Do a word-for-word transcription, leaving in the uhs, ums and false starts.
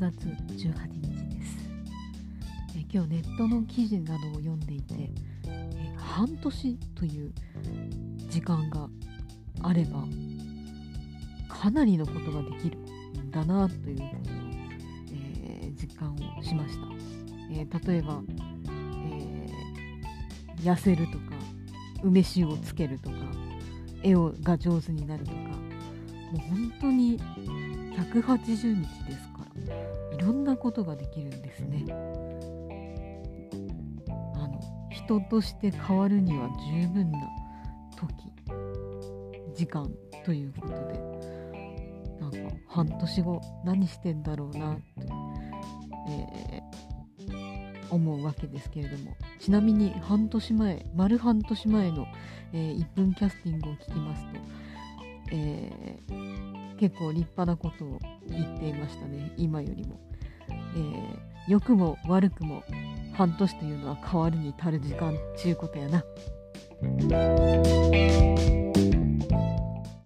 がつじゅうはちにちです。え今日ネットの記事などを読んでいて、え半年という時間があればかなりのことができるんだなということを、えー、実感をしました。えー、例えば、えー、痩せるとか梅酒をつけるとか絵をが上手になるとか、もう本当にひゃくはちじゅうにちですからいろんなことができるんですね。あの人として変わるには十分な時時間ということで、なんか半年後何してんだろうなって、えー、思うわけですけれども、ちなみに半年前丸半年前の、えー、いっぷんキャスティングを聞きますと、えー、結構立派なことを言っていましたね。今よりも、えー、良くも悪くも半年というのは変わるに足る時間っていうことやな。